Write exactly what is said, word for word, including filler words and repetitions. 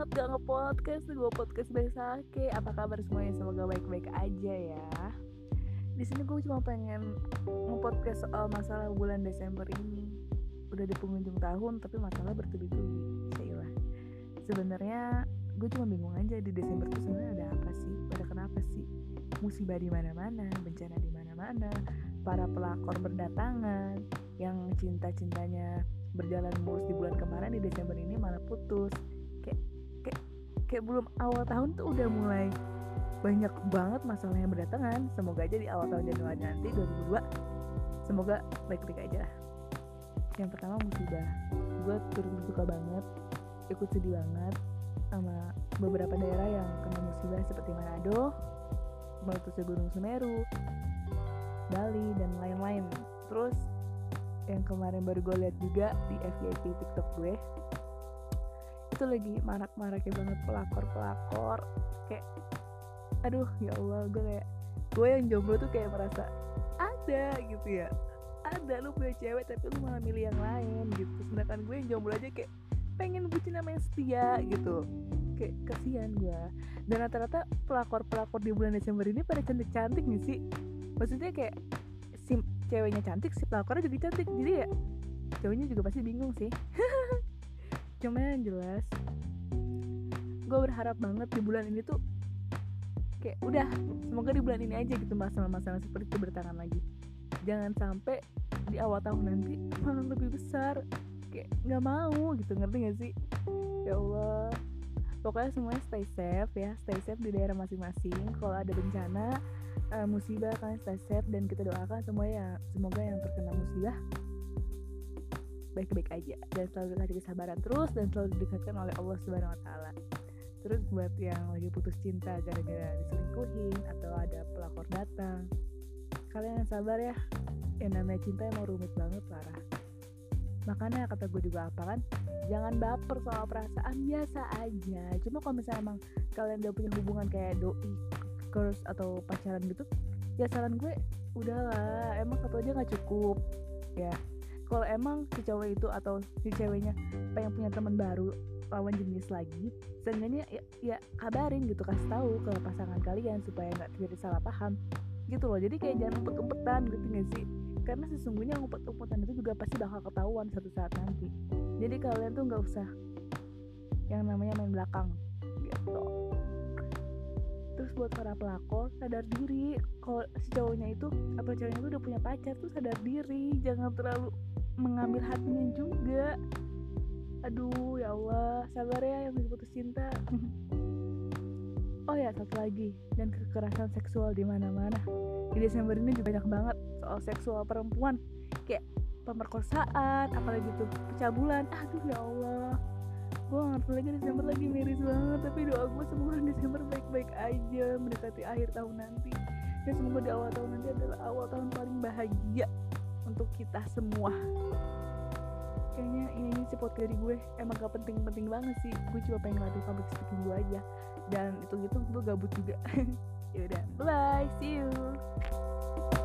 banget gak nge-podcast. Gue podcast Besake. Apa kabar semuanya? Semoga baik-baik aja ya. Di sini gue cuma pengen nge-podcast soal masalah bulan Desember ini. Udah di penghujung tahun tapi masalah bertubi-tubi. Syailah. Sebenarnya gue cuma bingung aja di Desember tuh sebenarnya ada apa sih? Pada kenapa sih? Musibah di mana-mana, bencana di mana-mana, para pelakor berdatangan, yang cinta-cintanya berjalan mulus di bulan kemarin di Desember ini malah putus. Kayak kayak kayak belum awal tahun tuh udah mulai banyak banget masalah yang berdatangan. Semoga aja di awal tahun Januari nanti dua ribu dua semoga baik-baik aja lah. Yang pertama musibah. Gue turut berduka banget, ikut sedih banget sama beberapa daerah yang kena musibah seperti Manado, meletusnya Gunung Semeru, Bali dan lain-lain. Terus yang kemarin baru gue lihat juga di F Y P TikTok gue, itu lagi marak-maraknya banget pelakor-pelakor. Kayak aduh ya Allah, gue kayak gue yang jomblo tuh kayak merasa ada gitu ya, ada lu punya cewek tapi lu malah milih yang lain gitu. Sedangkan gue yang jomblo aja kayak pengen bucin namanya setia gitu. Kayak kasihan gue. Dan rata-rata pelakor-pelakor di bulan Desember ini pada cantik-cantik nih sih. Maksudnya kayak si ceweknya cantik, si pelakornya juga cantik. Jadi ya ceweknya juga pasti bingung sih. Cuma yang jelas gue berharap banget di bulan ini tuh kayak udah, semoga di bulan ini aja gitu masalah-masalah seperti itu bertangan lagi. Jangan sampai di awal tahun nanti malah lebih besar. Kayak gak mau gitu, ngerti gak sih? Ya Allah, pokoknya semuanya stay safe ya, stay safe di daerah masing-masing. Kalau ada bencana, uh, musibah, kalian stay safe. Dan kita doakan semuanya, semoga yang terkena musibah baik-baik aja dan selalu dikasih kesabaran terus dan selalu didekatkan oleh Allah Subhanahu Wa Taala. Terus buat yang lagi putus cinta gara-gara diselingkuhin atau ada pelakor datang, kalian yang sabar ya. Yang namanya cinta emang rumit banget, parah. Makanya kata gue juga apa kan, jangan baper soal perasaan, biasa aja. Cuma kalau misalnya emang kalian udah punya hubungan kayak doi, curse atau pacaran gitu, ya saran gue udahlah, emang satu aja nggak cukup ya. Kalau emang si cowok itu atau si ceweknya pengen punya teman baru lawan jenis lagi, seenggaknya ya, ya kabarin gitu, kasih tahu ke pasangan kalian supaya nggak terjadi salah paham gitu loh. Jadi kayak jangan umpet-umpetan gitu nggak sih? Karena sesungguhnya umpet-umpetan itu juga pasti bakal ketahuan suatu saat nanti. Jadi kalian tuh nggak usah yang namanya main belakang gitu. Terus buat para pelakor, sadar diri. Kalau si cowoknya itu atau ceweknya itu udah punya pacar tuh sadar diri, jangan terlalu mengambil hatinya juga. Aduh ya Allah, sabar ya yang putus cinta. Oh ya, satu lagi, dan kekerasan seksual di mana-mana. Di Desember ini juga banyak banget soal seksual perempuan, kayak pemerkosaan, apalagi tuh pencabulan. Aduh ya Allah, gue gak ngerti lagi, Desember lagi miris banget. Tapi doa gue semoga Desember baik-baik aja mendekati akhir tahun nanti. Dan semoga di awal tahun nanti adalah awal tahun paling bahagia untuk kita semua. Kayaknya ini aja sih podcast dari gue. Emang gak penting-penting banget sih, gue cuma pengen latih public speaking gue aja. Dan itu gitu gue gabut juga. Yaudah, bye, see you.